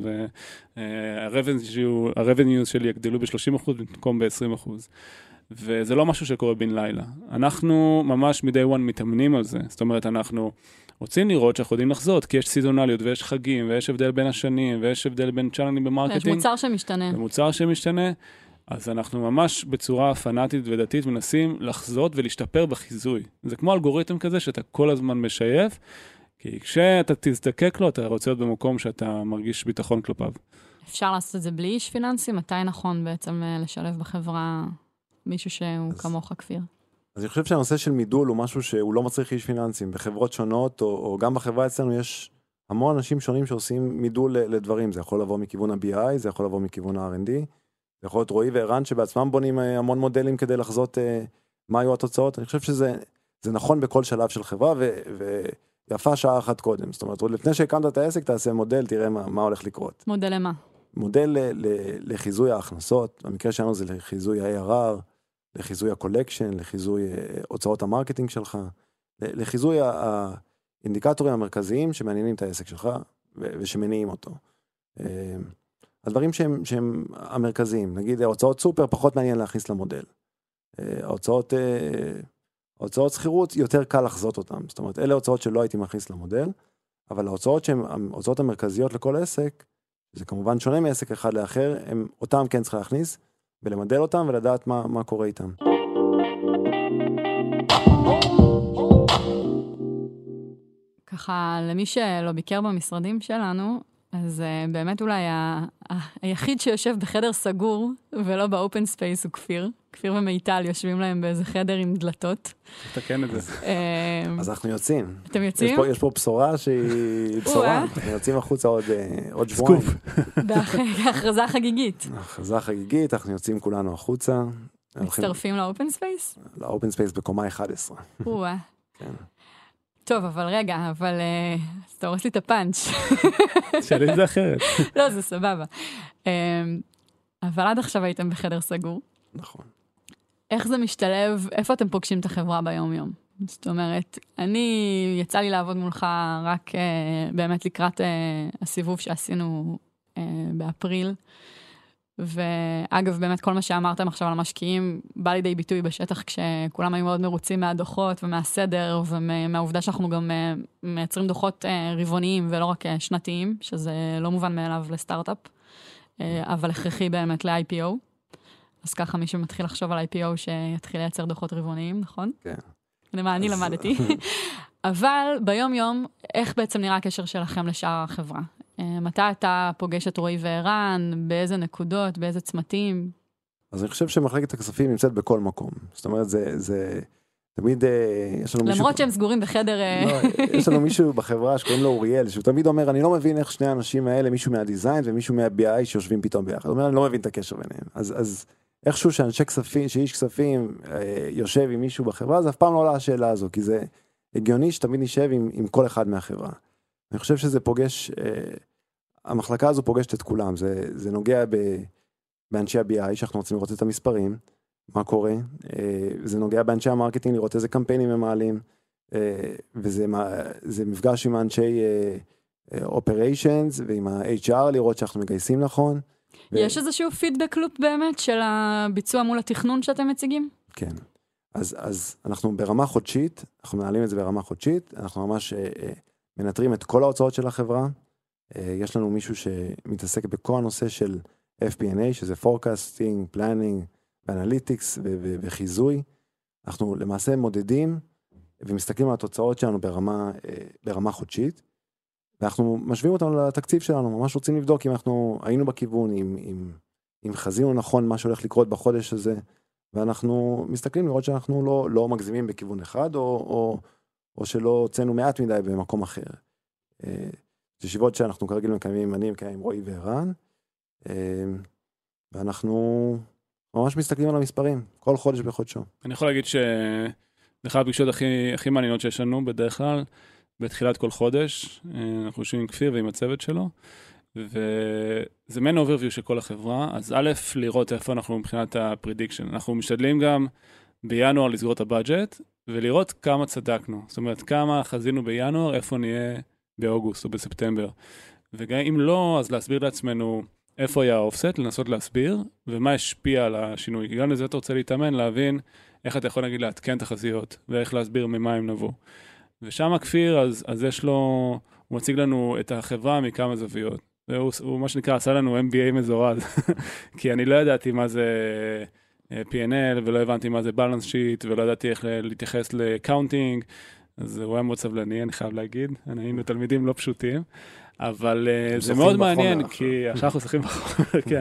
ה-revenues שלי יגדלו ב-30% במקום ב-20%. וזה לא משהו שקורה בין לילה. אנחנו ממש מ-day one מתאמנים על זה. זאת אומרת, אנחנו רוצים לראות שאנחנו יודעים לחזות, כי יש סיזונליות ויש חגים, ויש הבדל בין השנים, ויש הבדל בין צ'אנלים במרקטינג. יש מוצר שמשתנה. ומוצר שמשתנה. אז אנחנו ממש בצורה פנאטית ודתית מנסים לחזות ולהשתפר בחיזוי. זה כמו אלגוריתם כזה שאתה כל הזמן משייף, כי כשאתה תזדקק לו, אתה רוצה להיות במקום שאתה מרגיש ביטחון כלפיו. אפשר לעשות את זה בלי איש פיננסי? מתי נכון בעצם לשלב בחברה מישהו שהוא כמוך כפיר? אז אני חושב שהנושא של מידול הוא משהו שהוא לא מצריך איש פיננסים. בחברות שונות, או גם בחברה אצלנו יש המון אנשים שונים שעושים מידול לדברים. זה יכול לבוא מכיוון ה-BI, זה יכול לבוא מכיוון ה-R&D, זה יכול להיות רועי וערן שבעצמם בונים המון מודלים כדי לחזות מה היו התוצאות. אני חושב שזה נכון בכל שלב של חברה, ויפה שעה אחת קודם. זאת אומרת, לפני שהקמת את העסק, תעשה מודל, תראה מה הולך לקרות. מודל למה? מודל לחיזוי ההכנסות, במקרה שלנו זה לחיזוי ה-ARR, לחיזוי הקולקשן, לחיזוי הוצאות המרקטינג שלך, לחיזוי האינדיקטורים המרכזיים שמעניינים את העסק שלך ושמניעים אותו. הדברים שהם המרכזיים, נגיד ההוצאות סופר פחות מעניין להכניס למודל. ההוצאות שכירות יותר קל לחזות אותם, זאת אומרת אלה הוצאות שלא הייתי מכניס למודל, אבל ההוצאות שהן ההוצאות המרכזיות לכל עסק, זה כמובן שונה מעסק אחד לאחר, אותם כן צריך להכניס, ולמדל אותם ולדעת מה קורה איתם. ככה, למי שלא ביקר במשרדים שלנו, אז באמת אולי היחיד שיושב בחדר סגור, ולא באופן ספייס הוא כפיר. כפיר ומיטל יושבים להם באיזה חדר עם דלתות. תתקן את זה. אז אנחנו יוצאים. אתם יוצאים? יש פה בשורה שהיא בשורה. אנחנו יוצאים החוצה עוד שבועיים. בהכרזה חגיגית. הכרזה חגיגית, אנחנו יוצאים כולנו החוצה. מצטרפים לאופן ספייס? לאופן ספייס בקומה 11. כן. טוב, אבל רגע, אתה הורס לי את הפאנץ'. שאלי זה אחרת. לא, זה סבבה. אבל עד עכשיו הייתם בחדר סגור. נכון. איך זה משתלב, איפה אתם פוגשים את החברה ביום-יום? זאת אומרת, יצא לי לעבוד מולך רק באמת לקראת הסיבוב שעשינו באפריל, ואגב, באמת כל מה שאמרתם עכשיו על המשקיעים, בא לידי ביטוי בשטח כשכולם היו מאוד מרוצים מהדוחות ומהסדר, ומהעובדה שאנחנו גם מייצרים דוחות רבעוניים ולא רק שנתיים, שזה לא מובן מאליו לסטארט-אפ, אבל הכרחי באמת ל-IPO. אז ככה מי שמתחיל לחשוב על IPO שיתחיל לייצר דוחות רבעוניים, נכון? כן. למה אני למדתי. אבל ביום-יום, איך בעצם נראה הקשר שלכם לשאר החברה? מתי אתה פוגש את רועי וערן, באיזה נקודות, באיזה צמתים? אז אני חושב שמחלקת הכספים נמצאת בכל מקום. זאת אומרת, זה תמיד יש לנו מישהו... למרות שהם סגורים בחדר... לא, יש לנו מישהו בחברה שקוראים לו אוריאל, שהוא תמיד אומר, אני לא מבין איך שני האנשים האלה, מישהו מהדיזיין ומישהו מה-BI שיושבים פתאום ביחד. הוא אומר, אני לא מבין את הקשר ביניהם. אז איכשהו שאנשי כספים, שאיש כספים יושב עם מישהו בחברה, אז אף פעם לא עולה השאלה הזו, כי זה הגיוני שתמיד נשב עם כל אחד מהחברה. אני חושב שזה פוגש, המחלקה הזו פוגשת את כולם, זה נוגע באנשי ה-BI, שאנחנו רוצים לראות את המספרים, מה קורה, זה נוגע באנשי המרקטינג, לראות איזה קמפיינים הם מעלים, וזה מפגש עם האנשי operations, ועם ה-HR, לראות שאנחנו מגייסים נכון. יש איזשהו פידבק לופ באמת של הביצוע מול התכנון שאתם מציגים? כן. אז אנחנו ברמה חודשית, אנחנו מנהלים את זה ברמה חודשית, אנחנו ממש מנטרים את כל ההוצאות של החברה, יש לנו מישהו שמתעסק בכל הנושא של FP&A, שזה forecasting, planning, analytics וחיזוי. אנחנו למעשה מודדים ומסתכלים על התוצאות שלנו ברמה חודשית, ואנחנו משווים אותנו לתקציב שלנו, ממש רוצים לבדוק אם אנחנו היינו בכיוון, אם חזינו נכון מה שהולך לקרות בחודש הזה, ואנחנו מסתכלים לראות שאנחנו לא מגזימים בכיוון אחד, או שלא הוצאנו מעט מדי במקום אחר. ישיבות שאנחנו כרגיל מקיימים, אני מקיים עם רועי וערן, ואנחנו ממש מסתכלים על המספרים, כל חודש בחודשו. אני יכול להגיד שזה אחד הפגישות הכי מעניינות שיש לנו בדרך כלל, בתחילת כל חודש, אנחנו יושבים עם כפיר ועם הצוות שלו, וזה מעין overview של כל החברה, אז א', לראות איפה אנחנו מבחינת הפרדיקשן, אנחנו משתדלים גם בינואר לסגור את הבאג'ט, ולראות כמה צדקנו, זאת אומרת, כמה חזינו בינואר, איפה נהיה באוגוסט או בספטמבר, וגם אם לא, אז להסביר לעצמנו איפה היה האופסט, לנסות להסביר, ומה השפיע על השינוי, כי גם לזה אתה רוצה להתאמן, להבין איך אתה יכול להגיד לעדכן תחזיות, ואיך להסביר ממה הם נבוא. ושם הכפיר, אז יש לו, הוא מציג לנו את החברה מכמה זוויות, והוא מה שנקרא, עשה לנו MBA מזורז, כי אני לא ידעתי מה זה P&L, ולא הבנתי מה זה balance sheet, ולא ידעתי איך להתייחס לקאונטינג, אז הוא היה מאוד סבלני, אני חייב להגיד, היינו תלמידים לא פשוטים, אבל זה מאוד מעניין, כי עכשיו אנחנו שוחים בחומר, כן.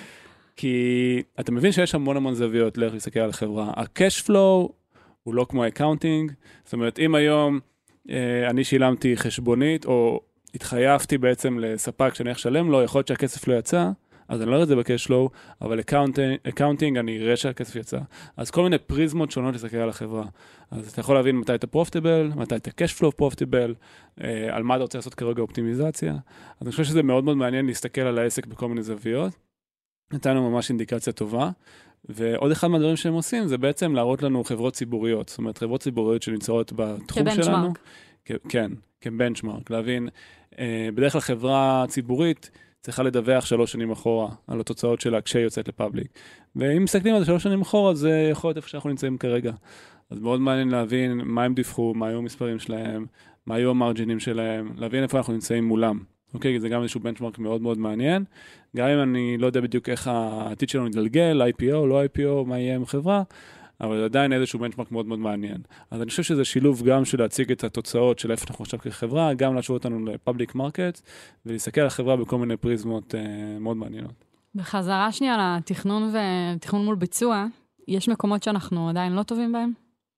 כי אתה מבין שיש המון זוויות לאיך להסתכל על החברה. ה-cash flow הוא לא כמו ה-accounting, זאת אומרת, אם היום אני שילמתי חשבונית, או התחייבתי בעצם לספק שאני איך שלם לו, יכול להיות שהכסף לא יצא, אז אני לא רואה את זה ב-cash flow, אבל accounting אני אראה שהכסף יצא. אז כל מיני פריזמות שונות להסתכל על החברה. אז אתה יכול להבין מתי אתה profitable, מתי אתה cash flow profitable, על מה אתה רוצה לעשות כרגע אופטימיזציה. אז אני חושב שזה מאוד מאוד מעניין להסתכל על העסק בכל מיני זוויות. נתנו ממש אינדיקציה טובה. ועוד אחד מהדברים שהם עושים, זה בעצם להראות לנו חברות ציבוריות. זאת אומרת, חברות ציבוריות שנמצאות בתחום שלנו. כן, כבנצ'מרק. להבין, בדרך כלל חברה ציבורית צריכה לדווח 3 שנים אחורה על התוצאות שלה כשהיא יוצאת לפאבליק. ואם מסתכלים על זה 3 שנים אחורה, זה יכול להיות איפה שאנחנו נמצאים כרגע. אז מאוד מעניין להבין מה הם דיווחו, מה היו המספרים שלהם, מה היו המרג'ינים שלהם, להבין איפה אנחנו נמצאים מולם. אוקיי, זה גם איזשהו בנצ'מרק מאוד מאוד מעניין. גם אם אני לא יודע בדיוק איך העתיד שלנו יתגלגל, IPO, לא IPO, מה יהיה עם חברה, אבל זה עדיין איזשהו בנצ'מרק מאוד מאוד מעניין. אז אני חושב שזה שילוב גם של להציג את התוצאות של איפה אנחנו עכשיו כחברה, גם להשוות אותנו לפאבליק מרקט, ולהסתכל על החברה בכל מיני פריזמות מאוד מעניינות. בחזרה שנייה לתכנון ותכנון מול ביצוע, יש מקומות שאנחנו עדיין לא טובים בהם?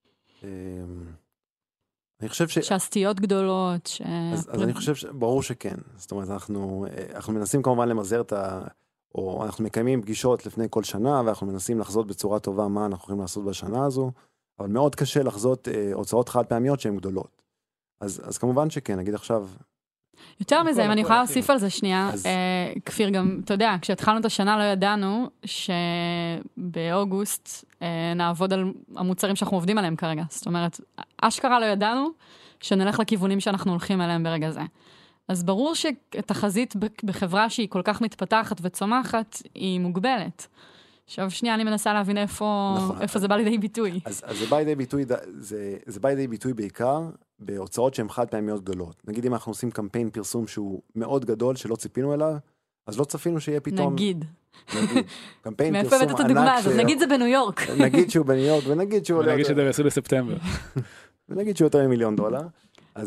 אני חושב שהסטיות גדולות. אז אני חושב ברור שכן. זאת אומרת, אנחנו מנסים כמובן למזער או אנחנו מקיימים פגישות לפני כל שנה, ואנחנו מנסים לחזות בצורה טובה מה אנחנו יכולים לעשות בשנה הזו, אבל מאוד קשה לחזות הוצאות חד פעמיות שהן גדולות. אז כמובן שכן, נגיד עכשיו... יותר מזה, אם אני יכולה להוסיף על זה שנייה, כפיר גם, אתה יודע, כשהתחלנו את השנה לא ידענו שבאוגוסט נעבוד על המוצרים שאנחנו עובדים עליהם כרגע. זאת אומרת, אשכרה לא ידענו שנלך לכיוונים שאנחנו הולכים אליהם ברגע זה. אז ברור שתחזית בחברה שהיא כל כך מתפתחת וצומחת, היא מוגבלת. עכשיו שנייה, אני מנסה להבין איפה זה בא לידי ביטוי. אז זה בא לידי ביטוי בעיקר בהוצאות שהן חד פעמיות גדולות. נגיד אם אנחנו עושים קמפיין פרסום שהוא מאוד גדול, שלא ציפינו אליו, אז לא צפינו שיהיה פתאום... נגיד. קמפיין מאיפה פרסום הבאת את הדוגמה הזאת? נגיד זה בניו יורק. נגיד שהוא בניו יורק, ונגיד שהוא... ונגיד שזה יעשו בספטמבר. ונגיד שהוא יותר $1,000,000.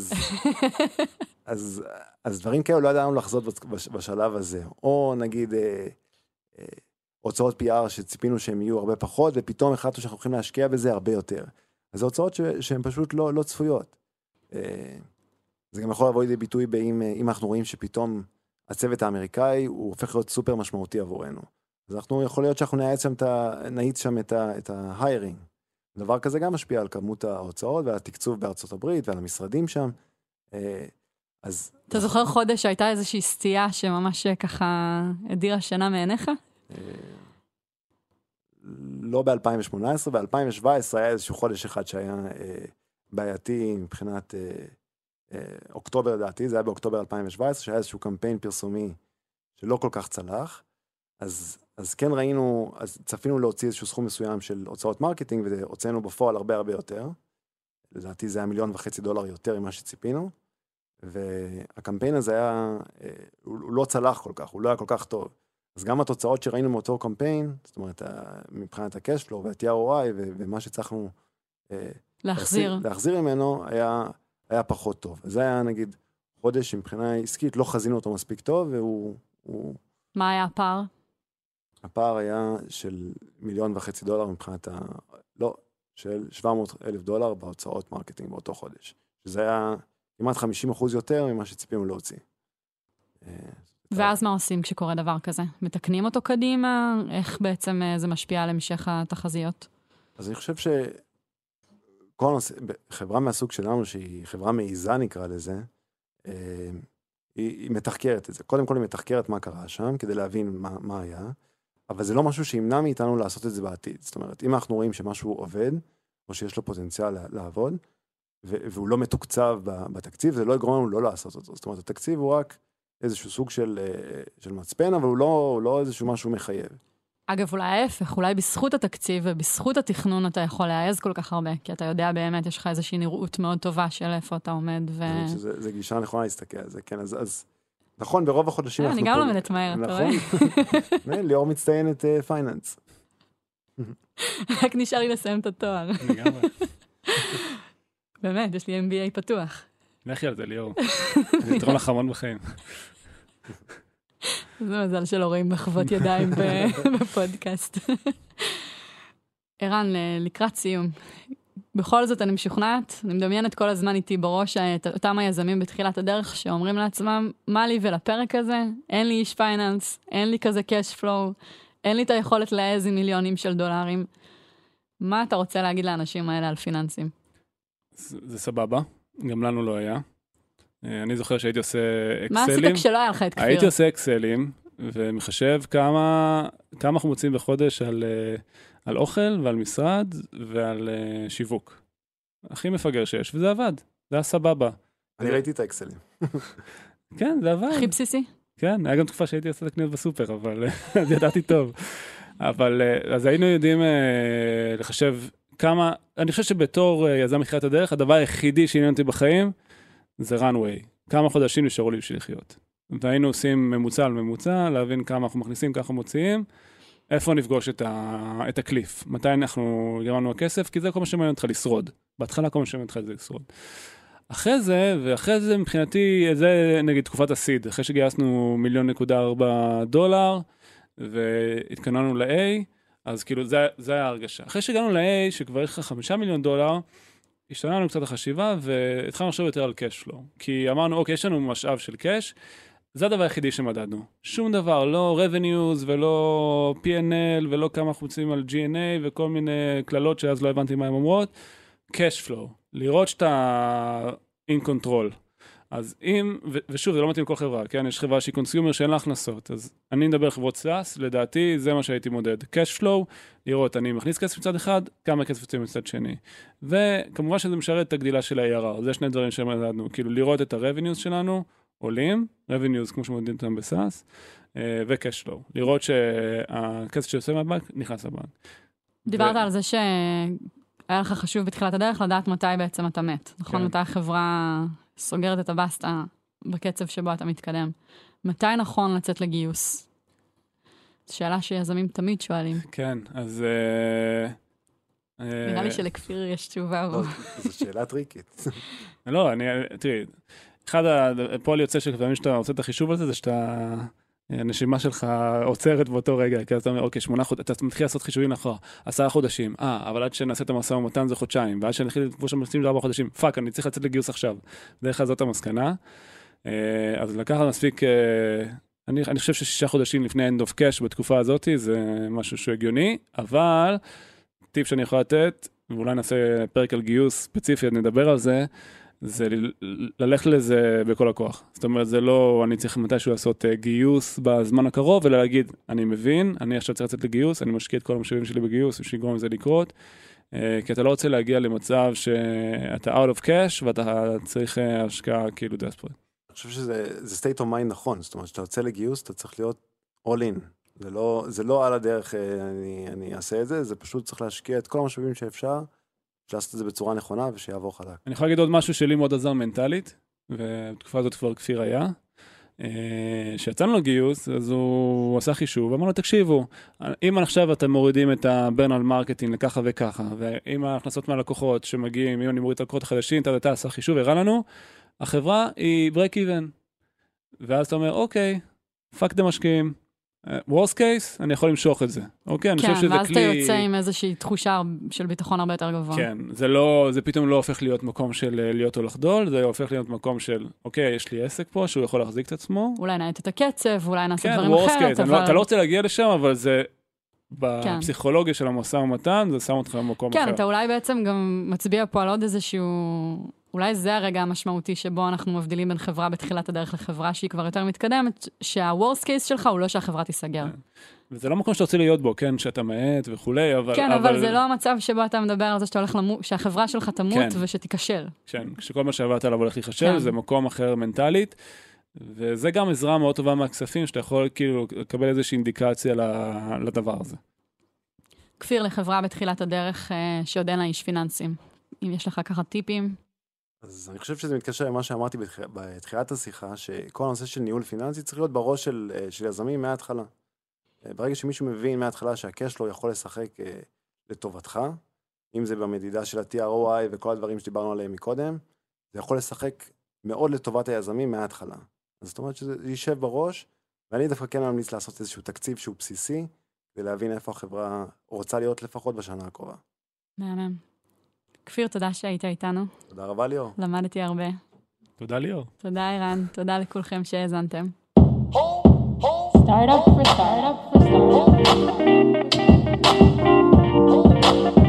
אז דברים כאלה לא ידענו לחזות בשלב הזה. או נגיד... הוצאות PR שציפינו שהם יהיו הרבה פחות, ופתאום החלטנו שאנחנו הולכים להשקיע בזה הרבה יותר. אז זה הוצאות שהן פשוט לא צפויות. זה גם יכול לבוא לידי ביטוי אם אנחנו רואים שפתאום הצוות האמריקאי הוא הופך להיות סופר משמעותי עבורנו. אז אנחנו יכול להיות שאנחנו נאיץ שם את ההיירינג. דבר כזה גם משפיע על כמות ההוצאות ועל התקצוב בארצות הברית ועל המשרדים שם. אתה זוכר חודש שהייתה איזושהי סטייה שממש ככה הדירה שינה מעיניך? לא ב-2018, ב-2017 היה איזשהו חודש אחד שהיה בעייתי מבחינת אוקטובר לדעתי, זה היה באוקטובר 2017, שהיה איזשהו קמפיין פרסומי שלא כל כך צלח, אז כן ראינו, אז צפינו להוציא איזשהו סכום מסוים של הוצאות מרקטינג, והוצאנו בפועל הרבה יותר, לדעתי זה היה $1.5 מיליון יותר ממה שציפינו, והקמפיין הזה היה, הוא לא צלח כל כך, הוא לא היה כל כך טוב. אז גם התוצאות שראינו מאותו קמפיין, זאת אומרת, מבחינת ה-cash flow וה-ROI ומה שצריכנו להחזיר ממנו, היה פחות טוב. אז זה היה, נגיד, חודש שמבחינה עסקית לא חזינו אותו מספיק טוב, והוא... מה היה הפער? הפער היה של $1.5 מיליון מבחינת לא, של $700,000 בהוצאות מרקטינג באותו חודש. שזה היה כמעט 50% יותר ממה שציפינו להוציא. ואז מה עושים כשקורה דבר כזה? מתקנים אותו קדימה? איך בעצם זה משפיע על המשך התחזיות? אז אני חושב שכל נושא, חברה מהסוג שלנו, שהיא חברה מעיזה נקרא לזה, היא מתחקרת את זה. קודם כל היא מתחקרת מה קרה שם, כדי להבין מה היה, אבל זה לא משהו שימנע מאיתנו לעשות את זה בעתיד. זאת אומרת, אם אנחנו רואים שמשהו עובד, או שיש לו פוטנציאל לעבוד, והוא לא מתוקצב בתקציב, זה לא יגרום לנו לא לעשות אותו. זאת אומרת, התקציב הוא רק איזשהו סוג של מצפן, אבל הוא לא איזשהו משהו מחייב. אגב, אולי ההפך, אולי בזכות התקציב ובזכות התכנון אתה יכול להעז כל כך הרבה, כי אתה יודע באמת, יש לך איזושהי נראות מאוד טובה של איפה אתה עומד. זה גישה נכונה להסתכל על זה, כן, אז נכון, ברוב החודשים אני גם לומדת מהר, אתה רואה? נכון, ליאור מצטיינת פייננס. רק נשאר לי לסיים את התואר. לגמרי. באמת, יש לי MBA פתוח. לכי על זה, ליאור. זה יתרון לך המון בחיים. זה מזל שלא רואים מחוות ידיים בפודקאסט. ערן, לקראת סיום. בכל זאת אני משוכנעת, אני מדמיינת כל הזמן איתי בראש את אותם היזמים בתחילת הדרך שאומרים לעצמם, מה לי ולפרק הזה? אין לי איש פייננס, אין לי כזה cash flow, אין לי את היכולת להעז עם מיליונים של דולרים. מה אתה רוצה להגיד לאנשים האלה על פיננסים? זה סבבה, גם לנו לא היה. אני זוכר שהייתי עושה אקסלים. מה עשית כשלא היה לך את כפיר? הייתי עושה אקסלים, ומחשב כמה אנחנו מוצאים בחודש על אוכל ועל משרד ועל שיווק. הכי מפגר שיש, וזה עבד. זה היה סבבה. אני ראיתי את האקסלים. כן, זה עבד. הכי בסיסי? כן, היה גם תקופה שהייתי עושה את הקניות בסופר, אבל אז ידעתי טוב. אבל אז היינו יודעים לחשב כמה, אני חושב שבתור יזם מתחילת הדרך, הדבר היחידי שעניין אותי בחיים, זה runway. כמה חודשים נשארו לי בשביל לחיות. והיינו עושים ממוצע על ממוצע, להבין כמה אנחנו מכניסים, ככה מוציאים, איפה נפגוש את הקליף. מתי אנחנו גרמנו הכסף, כי זה כל מה שמעניין אותך לשרוד. בהתחלה כל מה שמעניין אותך זה לשרוד. אחרי זה מבחינתי, זה נגיד תקופת הסיד, אחרי שגייסנו $1.4 מיליון, והתקננו ל-A, אז כאילו זה היה הרגשה. אחרי שהגענו ל-A, שכבר יש לך $5 מיליון, השתננו קצת החשיבה, והתחלנו לחשוב יותר על cash flow. כי אמרנו, אוקיי, יש לנו משאב של cash, זה הדבר היחידי שמדדנו. שום דבר, לא revenues ולא P&L ולא כמה חוצים על G&A וכל מיני כללות שאז לא הבנתי מה הן אומרות. cash flow, לראות שאתה in control. אז אם, ושוב, זה לא מתאים כל חברה, כן? יש חברה שהיא קונסיומר שאין לה הכנסות, אז אני מדבר על חברות SaaS, לדעתי זה מה שהייתי מודד. cash flow, לראות, אני מכניס כסף מצד אחד, כמה כסף יוצא מצד שני. וכמובן שזה משרת את הגדילה של ה-ARR, זה שני דברים שמדדנו, כאילו לראות את ה-revenues שלנו, עולים, revenues כמו שמודדים אותם ב-SaaS, ו-cash flow, לראות שהכסף שיוצא מהבנק נכנס לבנק. דיברת על זה שהיה לך חשוב בתחילת הדרך לדעת מתי בעצם אתה מת, נכון? מתי החברה סוגרת את הבסטה בקצב שבו אתה מתקדם. מתי נכון לצאת לגיוס? זו שאלה שיזמים תמיד שואלים. כן, אז... נראה לי שלכפיר יש תשובה. זו שאלה טריקית. לא, תראי, פועל יוצא שכבר שאתה עושה את החישוב הזה, זה שאתה... הנשימה שלך עוצרת באותו רגע, כי אתה אומר, אוקיי, 8 חודשים, אתה מתחיל לעשות חישובים אחורה, 10 חודשים, אבל עד שנעשה את המשא ומתן זה חודשיים, ועד שנתחיל לתפוש שמסתים זה 4 חודשים, פאק, אני צריך לצאת לגיוס עכשיו. דרך כלל זאת המסקנה. אז לקחת מספיק, אני חושב ש6 חודשים לפני end of cash בתקופה הזאת, זה משהו שהוא הגיוני, אבל טיפ שאני יכול לתת, ואולי נעשה פרק על גיוס ספציפי, נדבר על זה, זה ללכת לזה בכל הכוח. זאת אומרת, זה לא, אני צריך מתישהו לעשות גיוס בזמן הקרוב, אלא להגיד, אני מבין, אני עכשיו צריך לצאת לגיוס, אני משקיע את כל המשאבים שלי בגיוס, ושיגרום לזה לקרות, כי אתה לא רוצה להגיע למצב שאתה out of cash, ואתה צריך השקעה כאילו desperate. אני חושב שזה state of mind נכון, זאת אומרת, שאתה יוצא לגיוס, אתה צריך להיות all in. זה לא על הדרך, אני אעשה את זה, זה פשוט צריך להשקיע את כל המשאבים שאפשר, לעשות את זה בצורה נכונה ושיעבור חלק. אני יכול להגיד עוד משהו שלי מאוד עזר מנטלית, ובתקופה הזאת כבר כפיר היה, שיצאנו לגיוס, אז הוא עשה חישוב, ואמרנו, תקשיבו, אם עכשיו אתם מורידים את הברנל מרקטינג לככה וככה, ואם ההכנסות מהלקוחות שמגיעים, אם אני מוריד את הלקוחות החדשים, אתה עשה חישוב, הראה לנו, החברה היא break even. ואז אתה אומר, אוקיי, פאק דם משקיעים, worst case, אני יכול למשוך את זה. אוקיי, אני חושב שזה כלי... כן, ואז אתה יוצא עם איזושהי תחושה של ביטחון הרבה יותר גבוה. כן, זה פתאום לא הופך להיות מקום של להיות או לחדול, זה הופך להיות מקום של, אוקיי, יש לי עסק פה, שהוא יכול להחזיק את עצמו. אולי נעט את הקצב, אולי נעשה דברים worst אחרת, case, אתה לא רוצה להגיע לשם, אבל זה... בפסיכולוגיה של המשא ומתן, זה שם אותך במקום אחר. כן, אתה אולי בעצם גם מצביע פה על עוד איזשהו... אולי זה הרגע המשמעותי שבו אנחנו מבדילים בין חברה בתחילת הדרך לחברה שהיא כבר יותר מתקדמת, שה-worst case שלך הוא לא שהחברה תיסגר. וזה לא מקום שאתה רוצה להיות בו, כן, שאתה מעט וכולי, אבל... כן, אבל זה לא המצב שבו אתה מדבר על זה שאתה הולך למות, שהחברה שלך תמות ושתיכשל. כן, כשכל מה שעברת עליו הולך להיכשל, זה מקום אחר מנטלית, וזה גם עזרה מאוד טובה מהכספים, שאתה יכול כאילו לקבל איזושהי אינדיקציה לדבר הזה. כפיר לחברה בתחילת הדרך שעוד אין לה איש פיננסים. אם יש לך ככה טיפים... אז אני חושב שזה מתקשר למה שאמרתי בתחילת השיחה, שכל הנושא של ניהול פיננסי צריך להיות בראש של יזמים מההתחלה. ברגע שמישהו מבין מההתחלה שהקש לו יכול לשחק לטובתך, אם זה במדידה של ה-TROI וכל הדברים שדיברנו עליהם מקודם, זה יכול לשחק מאוד לטובת היזמים מההתחלה. אז זאת אומרת שזה יישב בראש, ואני דווקא כן ממליץ לעשות איזשהו תקציב שהוא בסיסי, ולהבין איפה החברה רוצה להיות לפחות בשנה הקרובה. מהמם. כפיר, תודה שהיית איתנו. תודה רבה ליאור. למדתי הרבה. תודה ליאור. תודה אירן, תודה לכולכם שהאזנתם. Startup for startup for startup.